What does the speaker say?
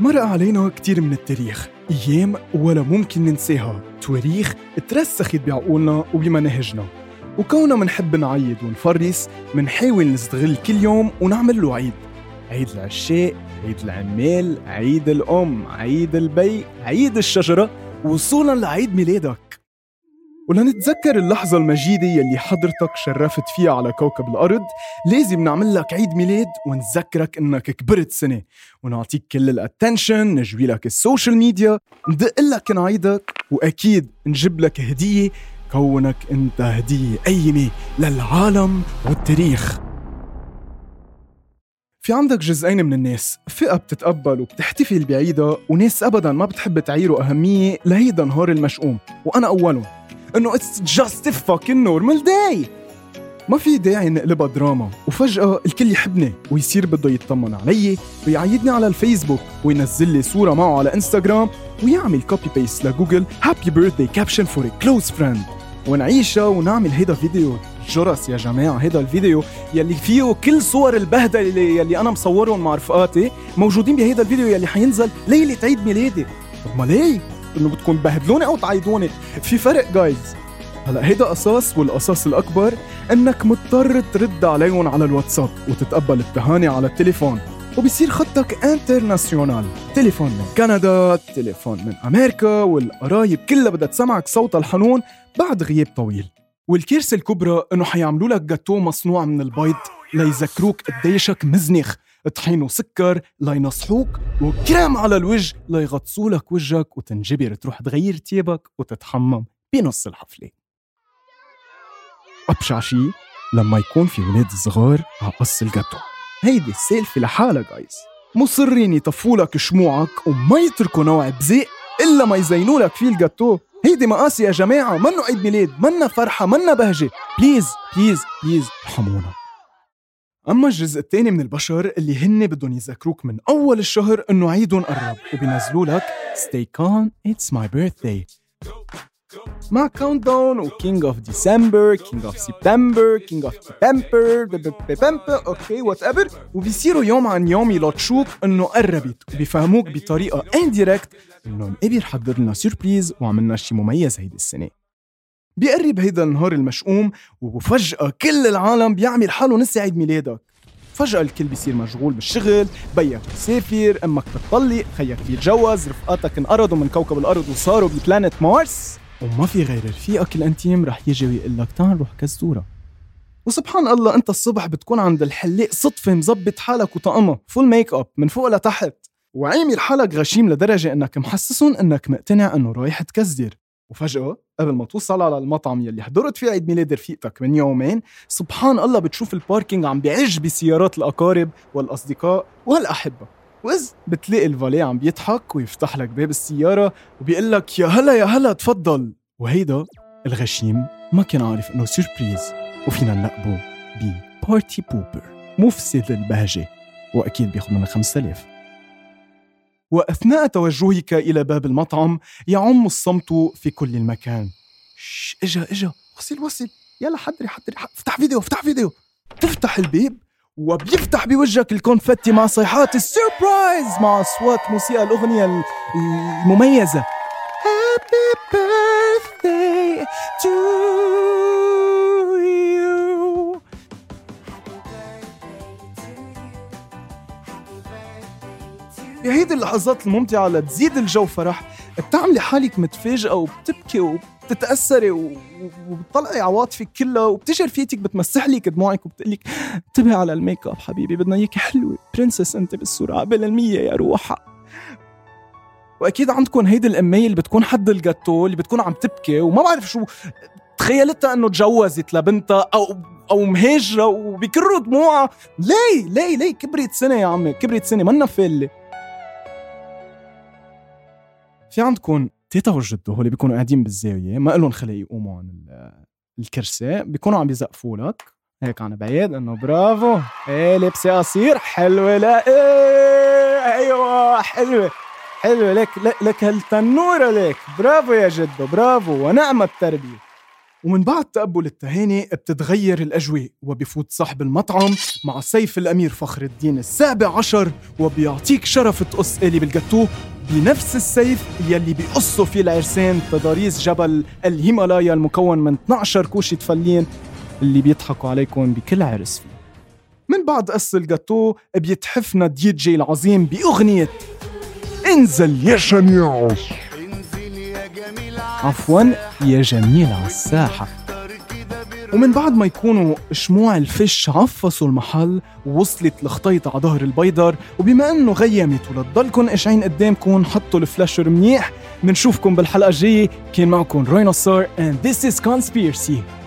مر علينا كتير من التاريخ، أيام ولا ممكن ننساها، تواريخ ترسخت بعقولنا وبمناهجنا. وكوننا منحب نعيد ونفرس، منحاول نستغل كل يوم ونعمل له عيد. عيد العشاء، عيد العمال، عيد الأم، عيد البي، عيد الشجرة، وصولاً لعيد ميلادك. ولنتذكر اللحظة المجيدة يلي حضرتك شرفت فيها على كوكب الأرض، لازم نعمل لك عيد ميلاد ونذكرك إنك كبرت سنة، ونعطيك كل الاتنشن، نجوي لك السوشيال ميديا، ندق لك نعيدك، وأكيد نجيب لك هدية، كونك أنت هدية قيمة للعالم والتاريخ. في عندك جزئين من الناس، فئة بتتقبل وبتحتفل بعيدها، وناس أبداً ما بتحب تعيروا أهمية لهيدا نهار المشؤوم، وأنا أولهم، إنه it's just a fucking normal day. ما في داعي نقلبها دراما وفجأة الكل يحبني ويصير بده يطمن علي ويعيدني على الفيسبوك وينزل لي صورة معه على انستغرام ويعمل كوبي بيست لجوجل happy birthday caption for a close friend، ونعيشها ونعمل هيدا فيديو جرس. يا جماعة هيدا الفيديو يلي فيه كل صور البهدة يلي أنا مصورهم مع رفقاتي موجودين بهيدا الفيديو يلي حينزل ليلة عيد ميلادي. طب ما ليه؟ إنه بدكم بهدلوني أو تعيدوني؟ في فرق جايز. هلأ هيدا أساس، والأساس الأكبر إنك مضطر ترد عليهم على الواتساب وتتقبل التهاني على التليفون، وبيصير خطك انترناسيونال، تليفون من كندا، تليفون من أمريكا، والقرايب كلها بدها تسمعك صوت الحنون بعد غياب طويل. والكارثة الكبرى إنه حيعملوا لك جاتو مصنوع من البيض ليذكروك قديشك مزنخ، طحين وسكر لينصحوك، وكريم على الوجه ليغطسوا لك وجهك، وتنجبر تروح تغير تيابك وتتحمم بنص الحفلة. أبشع شي لما يكون في ولاد صغار على قص الجاتو. هيدي السيلفي لحالة جايز، مصرين يطفولك شموعك وما يتركوا نوع بزيق إلا ما يزينوا لك فيه الجاتو. هيدي مقاسي يا جماعة، منو عيد ميلاد، منا فرحة، منا بهجة. بليز بليز بليز ارحمونا. أما الجزء الثاني من البشر اللي هن بدهم يذكروك من أول الشهر إنه عيدهم قرب، وبينزلوا لك stay calm it's my birthday مع كاونت داون وكينج اوف ديسمبر، كينج اوف سبتمبر، كينج اوف بيبمبر، اوكي وات ايفر، وبيصيروا يوم عن يوم يلطشوك انه قربت، وبيفهموك بطريقه انديركت انه نقدر حضر لنا سيربريز وعملنا شي مميز هيدي السنه. بيقرب هيدا النهار المشؤوم، وفجأة كل العالم بيعمل حاله نسي عيد ميلادك. فجأة الكل بيصير مشغول بالشغل، بيك بيسافر، امك بتطلق، خيك بيتجوز، رفقاتك انقرضوا من كوكب الارض وصاروا ببلانت مارس، وما في غير رفيقك الانتيم رح يجي ويقول لك تعال نروح كزدورة. وسبحان الله انت الصبح بتكون عند الحلاق صدفة مزبط حالك وطقمة فول ميك اب من فوق لتحت، وعامل حالك غشيم لدرجة انك محسسون انك مقتنع انه رايح تكزدر. وفجأة قبل ما توصل على المطعم يلي حضرت فيه عيد ميلاد رفيقتك من يومين، سبحان الله بتشوف الباركينج عم بيعج بسيارات الأقارب والأصدقاء والأحبة، وإذ بتلاقي الفالي عم بيضحك ويفتح لك باب السيارة وبيقول لك يا هلا يا هلا تفضل. وهيدا الغشيم ما كان عارف إنه سيربريز، وفينا نلقبه بارتي بوبر، مفسد البهجة، وأكيد بياخد منها 5000. وأثناء توجهك إلى باب المطعم يعم الصمت في كل المكان. إجا وصل يلا حضري افتح فيديو. تفتح الباب وبيفتح بوجهك الكونفتي مع صيحات السيربرايز مع أصوات موسيقى الأغنية المميزة Happy birthday to you. بهيدي اللحظات الممتعة لتزيد الجو فرح، بتعملي حالك متفاجئة وبتبكي وبتتأثري وبتطلعي عواطفك كلها، وبتجي رفيقتك بتمسح لك دموعك وبتقلك انتبهي على الميك اب حبيبي، بدنا اياكي حلوة برنسس انت بالصورة قبل 100 يا روحة. واكيد عندكم هيدي الامية اللي بتكون حد الجاتو اللي بتكون عم تبكي وما بعرف شو تخيلتها انه تجوزت لبنتها او مهاجرة وبيكروا دموعها. ليه كبرت سنة يا عمي، كبرت سنة منا فالة. في عندكم تيتا وجدو اللي بيكونوا قاعدين بالزاوية ما قلن خلي يقوموا عن الكرسي، بيكونوا عم بيزقفوا لك هيك عن بعيد انه برافو لبسي قصير حلوة، لا ايوه حلوة لك هالتنورة لك، برافو يا جدو برافو ونعم التربية. ومن بعد تقبل التهاني بتتغير الأجواء، وبيفوت صاحب المطعم مع سيف الأمير فخر الدين السابع عشر وبيعطيك شرف تقص قالب الجاتو بنفس السيف يلي بيقصوا فيه العرسان تضاريس جبل الهيمالايا المكون من 12 كوشة فلين اللي بيضحكوا عليكم بكل عرس فيه. من بعد قص الجاتو بيتحفنا دي جي العظيم بأغنية انزل يا شميع، عفواً يا جميل على الساحة. ومن بعد ما يكونوا شموع الفش عفصوا المحل ووصلت الخطيط على ظهر البيدر، وبما انه غيمت ولتضلكن قشعين قدامكن حطوا الفلاشر منيح. منشوفكم بالحلقة الجاية. كان معكم روي نصار and this is Conspiracy.